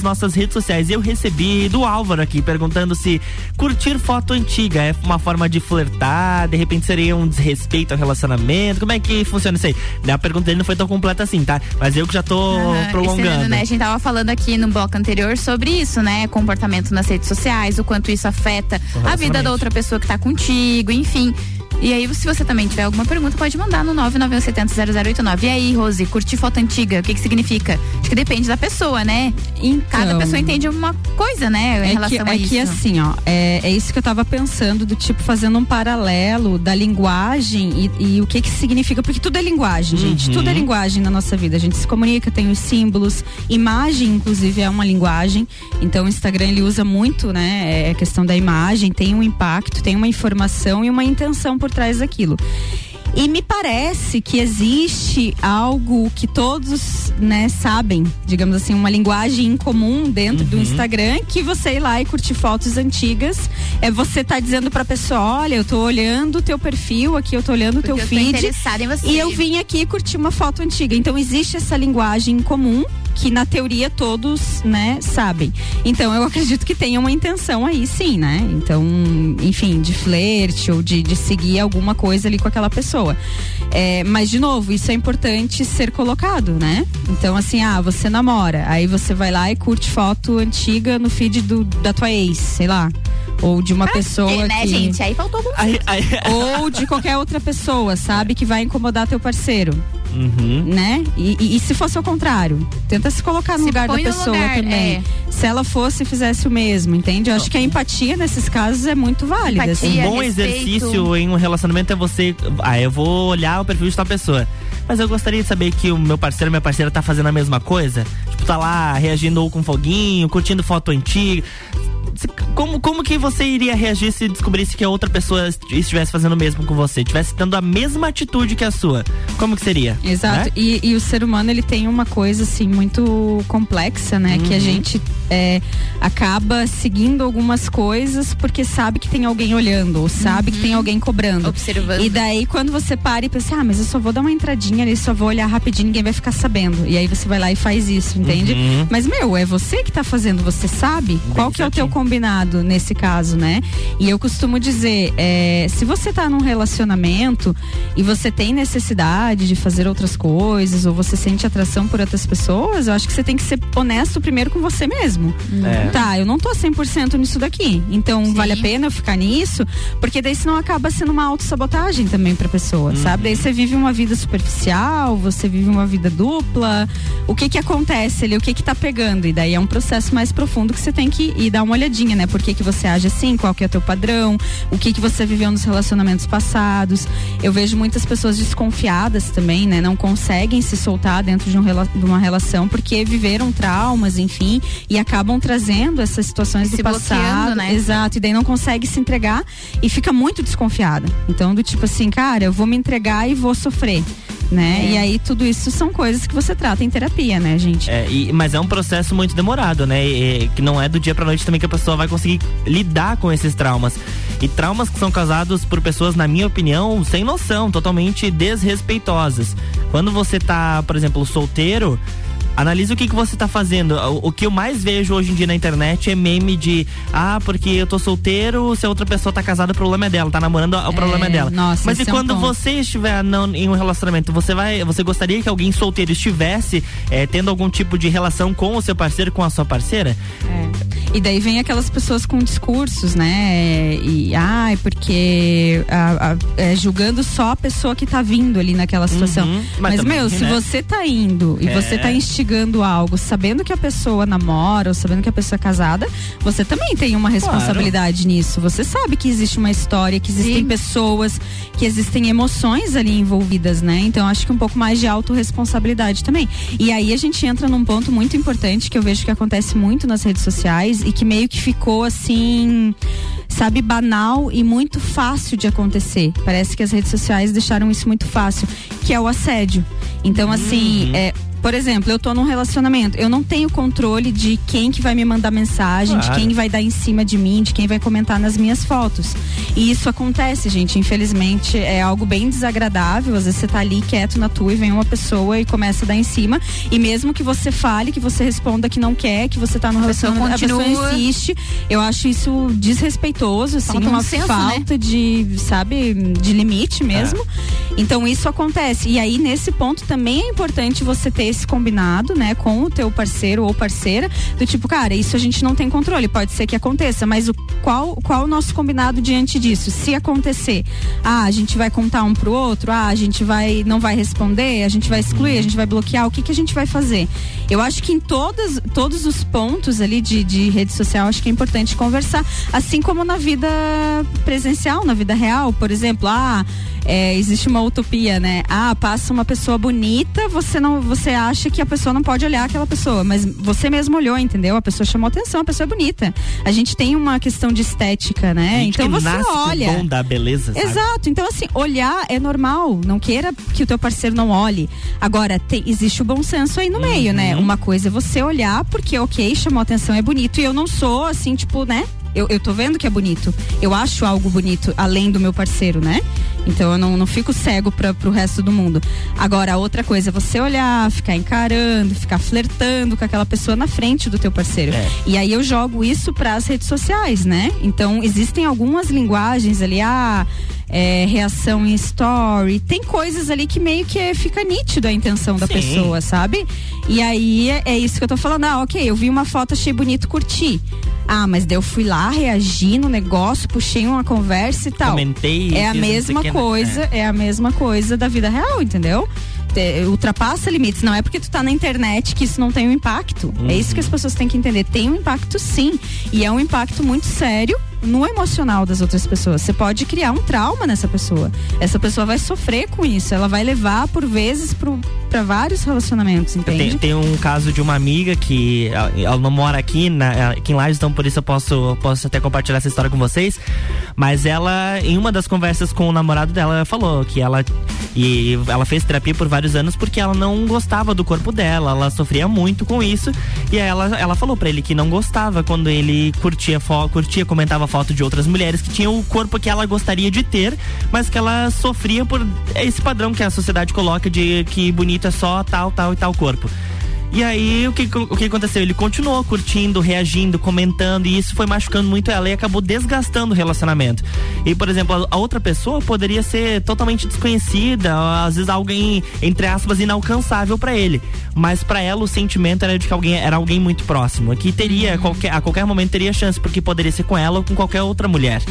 nossas redes sociais. Eu recebi do Álvaro aqui, perguntando se curtir foto antiga é uma forma de flertar, de repente seria um desrespeito ao relacionamento. Como é que funciona isso aí? A pergunta dele não foi tão completa assim, tá? Mas eu que já tô prolongando. Né? A gente tava falando aqui no bloco anterior sobre isso, né? Comportamento nas redes sociais, o quanto isso afeta a vida da outra pessoa que tá contigo, enfim. E aí, se você também tiver alguma pergunta, pode mandar no 991700089. E aí, Rose, curtir foto antiga, o que significa? Acho que depende da pessoa, né? Então, cada pessoa entende uma coisa, né? Em relação a isso. É que assim, ó, é isso que eu tava pensando, do tipo, fazendo um paralelo da linguagem e o que significa, porque tudo é linguagem, gente. Tudo é linguagem na nossa vida. A gente se comunica, tem os símbolos, imagem, inclusive, é uma linguagem. Então, o Instagram, ele usa muito, né? É a questão da imagem, tem um impacto, tem uma informação e uma intenção por trás daquilo. E me parece que existe algo que todos, né, sabem, digamos assim, uma linguagem em comum dentro do Instagram, que você ir lá e curtir fotos antigas, você tá dizendo pra pessoa, olha, eu tô olhando o teu perfil aqui, eu tô olhando o teu feed, interessada em você. E eu vim aqui curtir uma foto antiga. Então existe essa linguagem em comum que na teoria todos, né, sabem. Então eu acredito que tenha uma intenção aí, sim, né? Então, enfim, de flerte ou de seguir alguma coisa ali com aquela pessoa. Mas de novo, isso é importante ser colocado, né? Então, assim, você namora, aí você vai lá e curte foto antiga no feed da tua ex, sei lá. Ou de uma pessoa né, que... gente? Aí faltou algum... Ou de qualquer outra pessoa, sabe? Que vai incomodar teu parceiro. Né? E se fosse ao contrário? Tenta se colocar no lugar da pessoa também. Se ela fosse e fizesse o mesmo, entende? Eu acho que a empatia nesses casos é muito válida. Um bom exercício em um relacionamento é você... eu vou olhar o perfil de tal pessoa, mas eu gostaria de saber que o meu parceiro, minha parceira tá fazendo a mesma coisa. Tipo, tá lá reagindo ou com foguinho, curtindo foto antiga. Como que você iria reagir se descobrisse que a outra pessoa estivesse fazendo o mesmo com você? Estivesse tendo a mesma atitude que a sua? Como que seria? Exato. Né? E o ser humano, ele tem uma coisa assim muito complexa, né? Que a gente acaba seguindo algumas coisas porque sabe que tem alguém olhando, ou sabe que tem alguém cobrando. Observando. E daí quando você para e pensa, mas eu só vou dar uma entradinha ali, só vou olhar rapidinho, ninguém vai ficar sabendo. E aí você vai lá e faz isso, entende? Mas, é você que tá fazendo, você sabe qual que é o teu combinado nesse caso, né? E eu costumo dizer, se você tá num relacionamento e você tem necessidade de fazer outras coisas, ou você sente atração por outras pessoas, eu acho que você tem que ser honesto primeiro com você mesmo. Tá, eu não tô 100% nisso daqui, então vale a pena eu ficar nisso, porque daí senão acaba sendo uma autossabotagem também pra pessoa, sabe? Daí você vive uma vida superficial, você vive uma vida dupla, o que acontece ali, o que tá pegando, e daí é um processo mais profundo que você tem que ir dar uma olhadinha, né? Por que você age assim, qual que é o teu padrão, o que você viveu nos relacionamentos passados. Eu vejo muitas pessoas desconfiadas também, né? Não conseguem se soltar dentro de uma relação porque viveram traumas, enfim, e acabam trazendo essas situações do passado, né? Exato, e daí não consegue se entregar e fica muito desconfiada. Então, do tipo assim, cara, eu vou me entregar e vou sofrer, né? E aí tudo isso são coisas que você trata em terapia, né, gente? Mas é um processo muito demorado, né? Que não é do dia pra noite também que a pessoa vai conseguir lidar com esses traumas. E traumas que são causados por pessoas, na minha opinião, sem noção, totalmente desrespeitosas. Quando você tá, por exemplo, solteiro, analise o que você tá fazendo. O que eu mais vejo hoje em dia na internet é meme de porque eu tô solteiro, se a outra pessoa tá casada, o problema é dela, tá namorando, o problema é dela. Nossa, mas e quando você estiver em um relacionamento, você gostaria que alguém solteiro estivesse tendo algum tipo de relação com o seu parceiro, com a sua parceira? E daí vem aquelas pessoas com discursos, né? Porque julgando só a pessoa que tá vindo ali naquela situação. Mas também, se você tá indo e você tá instigando algo, sabendo que a pessoa namora ou sabendo que a pessoa é casada, você também tem uma responsabilidade nisso. Você sabe que existe uma história, que existem pessoas, que existem emoções ali envolvidas, né? Então acho que um pouco mais de autorresponsabilidade também. E aí a gente entra num ponto muito importante que eu vejo que acontece muito nas redes sociais e que meio que ficou assim, sabe, banal e muito fácil de acontecer. Parece que as redes sociais deixaram isso muito fácil, que é o assédio. Então, assim, por exemplo, eu tô num relacionamento, eu não tenho controle de quem que vai me mandar mensagem, de quem vai dar em cima de mim, de quem vai comentar nas minhas fotos. E isso acontece, gente, infelizmente é algo bem desagradável. Às vezes você tá ali quieto na tua e vem uma pessoa e começa a dar em cima, e mesmo que você fale, que você responda que não quer, que você tá no relacionamento, a pessoa insiste. Eu acho isso desrespeitoso, assim, uma falta, né, de, sabe, de limite mesmo. Então isso acontece. E aí nesse ponto também é importante você ter esse combinado, né, com o teu parceiro ou parceira, do tipo, cara, isso a gente não tem controle, pode ser que aconteça, mas qual o nosso combinado diante disso? Se acontecer, a gente vai contar um pro outro, a gente não vai responder, a gente vai excluir, a gente vai bloquear, o que a gente vai fazer? Eu acho que em todos os pontos ali de rede social, acho que é importante conversar, assim como na vida presencial, na vida real, por exemplo, existe uma utopia, né? Passa uma pessoa bonita, você acha que a pessoa não pode olhar aquela pessoa, mas você mesmo olhou, entendeu? A pessoa chamou atenção, a pessoa é bonita. A gente tem uma questão de estética, né? Então você olha. Com o dom da beleza, sabe? Exato. Então assim, olhar é normal. Não queira que o teu parceiro não olhe. Agora, existe o bom senso aí no meio, né? Uma coisa é você olhar porque, chamou atenção, é bonito, e eu não sou assim, tipo, né? Eu tô vendo que é bonito. Eu acho algo bonito além do meu parceiro, né? Então eu não fico cego pro resto do mundo. Agora, a outra coisa é você olhar, ficar encarando, ficar flertando com aquela pessoa na frente do teu parceiro. E aí eu jogo isso pras redes sociais, né? Então existem algumas linguagens ali, reação em story, tem coisas ali que meio que fica nítido a intenção da pessoa, sabe? E aí é isso que eu tô falando. Eu vi uma foto, achei bonito, curti. Mas daí eu fui lá, reagi no negócio, puxei uma conversa e tal. Comentei. É a mesma coisa, é a mesma coisa da vida real, entendeu? Ultrapassa limites. Não é porque tu tá na internet que isso não tem um impacto. É isso que as pessoas têm que entender. Tem um impacto, sim. E é um impacto muito sério no emocional das outras pessoas. Você pode criar um trauma nessa pessoa. Essa pessoa vai sofrer com isso. Ela vai levar, por vezes, pra vários relacionamentos, entende? Tem um caso de uma amiga que ela não mora aqui em Lages, então por isso eu posso até compartilhar essa história com vocês. Mas ela, em uma das conversas com o namorado dela, ela falou que ela fez terapia por vários anos porque ela não gostava do corpo dela, ela sofria muito com isso. E aí ela falou pra ele que não gostava quando ele curtia, comentava foto de outras mulheres que tinham o corpo que ela gostaria de ter, mas que ela sofria por esse padrão que a sociedade coloca de que bonito é só tal e tal corpo. E aí, o que aconteceu? Ele continuou curtindo, reagindo, comentando, e isso foi machucando muito ela e acabou desgastando o relacionamento. E, por exemplo, a outra pessoa poderia ser totalmente desconhecida, às vezes alguém, entre aspas, inalcançável pra ele. Mas pra ela o sentimento era de que era alguém muito próximo, que teria, a qualquer momento teria chance, porque poderia ser com ela ou com qualquer outra mulher.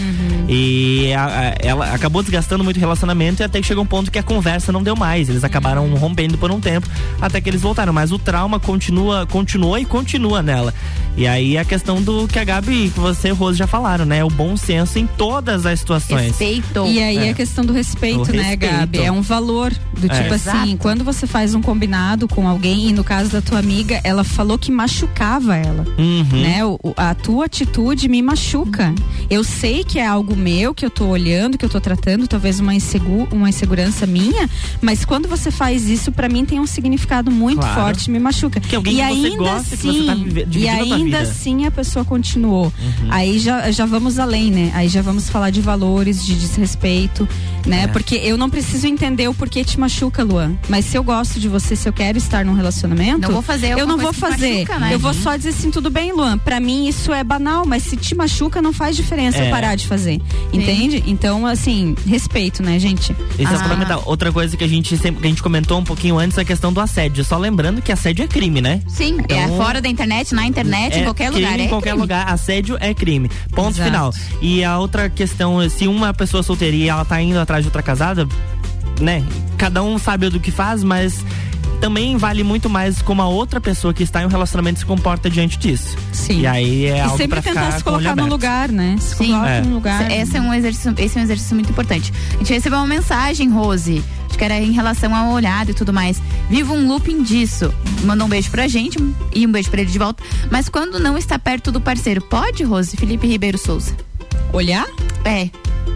E ela acabou desgastando muito o relacionamento, e até que chegou um ponto que a conversa não deu mais. Eles acabaram rompendo por um tempo, até que eles voltaram. Mas o trauma continuou e continua nela. E aí a questão do que a Gabi, que você e o Rose já falaram, né? O bom senso em todas as situações. Respeito. E aí a questão do respeito, né, Gabi? É um valor do tipo assim, exato. Quando você faz um combinado com alguém, e no caso da tua amiga, ela falou que machucava ela, né? A tua atitude me machuca. Eu sei que é algo meu, que eu tô olhando, que eu tô tratando, talvez uma insegurança minha, mas quando você faz isso, pra mim tem um significado muito forte, me machuca. Que alguém que você gosta, que você tá dividindo e ainda assim a pessoa continuou. Aí já vamos além, né? Aí já vamos falar de valores, de desrespeito, né? Porque eu não preciso entender o porquê te machuca, Luan. Mas se eu gosto de você, se eu quero estar num relacionamento, não vou fazer. Eu não vou fazer. Machuca, né? Eu vou só dizer assim, tudo bem, Luan. Pra mim isso é banal, mas se te machuca, não faz diferença eu parar de fazer. Entende? Então, assim, respeito, né, gente? Isso é fundamental. Outra coisa que a gente comentou um pouquinho antes é a questão do assédio. Só lembrando que assédio é crime, né? Sim, então, fora da internet, na internet, em qualquer lugar. Em qualquer lugar, assédio é crime. Ponto final. E a outra questão, se uma pessoa solteira e ela tá indo atrás de outra casada, né? Cada um sabe do que faz, mas também vale muito mais como a outra pessoa que está em um relacionamento se comporta diante disso. Sim. E aí é algo pra ficar tentar se colocar no lugar, né? Se Sim. coloca no lugar. Esse é um exercício muito importante. A gente recebeu uma mensagem, Rose, acho que era em relação ao olhado e tudo mais. Vivo um looping disso. Mandou um beijo pra gente e um beijo pra ele de volta. Mas quando não está perto do parceiro, pode, Rose? Felipe Ribeiro Souza. Olhar? É.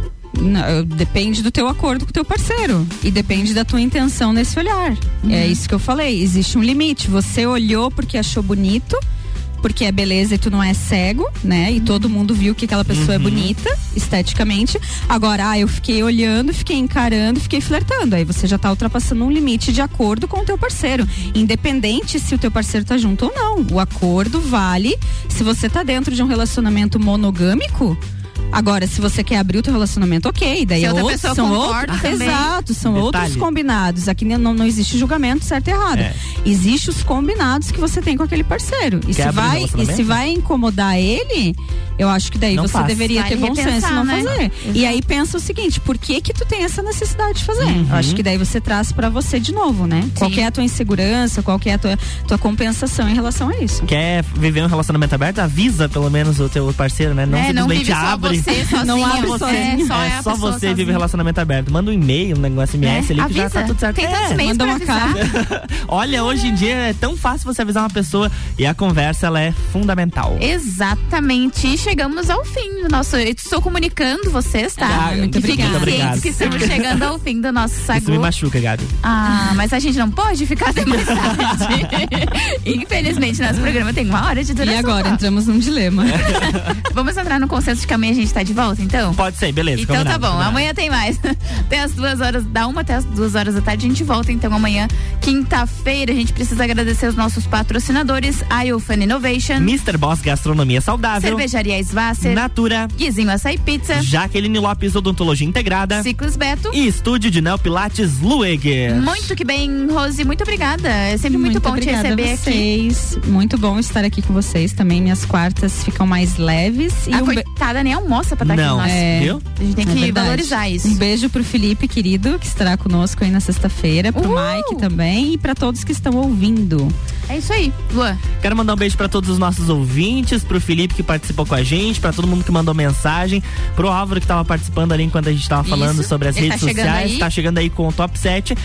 Depende do teu acordo com o teu parceiro e depende da tua intenção nesse olhar. É isso que eu falei, existe um limite. Você olhou porque achou bonito, porque é beleza e tu não é cego, né? E todo mundo viu que aquela pessoa é bonita, esteticamente. Agora, eu fiquei olhando, fiquei encarando, fiquei flertando. Aí você já tá ultrapassando um limite de acordo com o teu parceiro. Independente se o teu parceiro tá junto ou não. O acordo vale se você tá dentro de um relacionamento monogâmico. Agora, se você quer abrir o teu relacionamento, ok, daí são outros, exato, são outros combinados. Aqui não existe julgamento certo e errado. Existe os combinados que você tem com aquele parceiro. E se vai incomodar ele, eu acho que daí você deveria ter bom senso e não fazer. Exato. E aí pensa o seguinte, por que tu tem essa necessidade de fazer? Eu acho que daí você traz pra você de novo, né? Qual que é a tua insegurança, qual que é a tua compensação em relação a isso? Quer viver um relacionamento aberto? Avisa pelo menos o teu parceiro, né? Não simplesmente abre. Não abre sozinho. Só você vive relacionamento aberto. Manda um e-mail, um negócio SMS ali que já tá tudo certo. Tem tantos e-mails pra avisar. Olha, hoje em dia é tão fácil você avisar uma pessoa e a conversa, ela é fundamental. Exatamente. E chegamos ao fim do nosso... Eu estou comunicando vocês, tá? Muito obrigada. Cientes que estamos chegando ao fim do nosso Sagu. Isso me machuca, Gabi. Mas a gente não pode ficar até mais tarde. Infelizmente, nosso programa tem 1 hora de duração. E agora, entramos num dilema. Vamos entrar no consenso de que amanhã a gente tá de volta, então? Pode ser, beleza. Então tá bom, amanhã tem mais. Até as 2 horas, da 1 até as 2 horas da tarde a gente volta, então amanhã, quinta-feira, a gente precisa agradecer os nossos patrocinadores, Iofan Innovation, Mr. Boss Gastronomia Saudável, Cervejaria Svasser, Natura, Guizinho Açaí Pizza, Jaqueline Lopes Odontologia Integrada, Ciclos Beto e Estúdio de Neopilates Lueger. Muito que bem, Rose, muito obrigada. É sempre muito bom te receber aqui. Muito bom estar aqui com vocês também. Minhas quartas ficam mais leves. A coitada nem almoça pra estar aqui. Viu? A gente tem que valorizar isso. Um beijo pro Felipe, querido, que estará conosco aí na sexta-feira, pro Mike também e pra todos que estão ouvindo. É isso aí, Luan. Quero mandar um beijo pra todos os nossos ouvintes, pro Felipe que participou com a gente, pra todo mundo que mandou mensagem, pro Álvaro que tava participando ali enquanto a gente tava falando sobre as redes sociais, tá chegando aí com o Top 7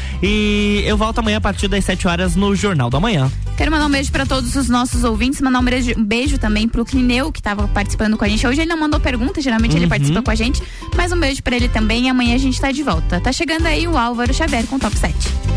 e eu volto amanhã a partir das 7 horas no Jornal da Manhã. Quero mandar um beijo pra todos os nossos ouvintes, mandar um beijo também pro Clineu que tava participando com a gente. Hoje ele não mandou pergunta, geralmente ele participa com a gente, mas um beijo pra ele também e amanhã a gente tá de volta. Tá chegando aí o Álvaro Xavier com o Top 7.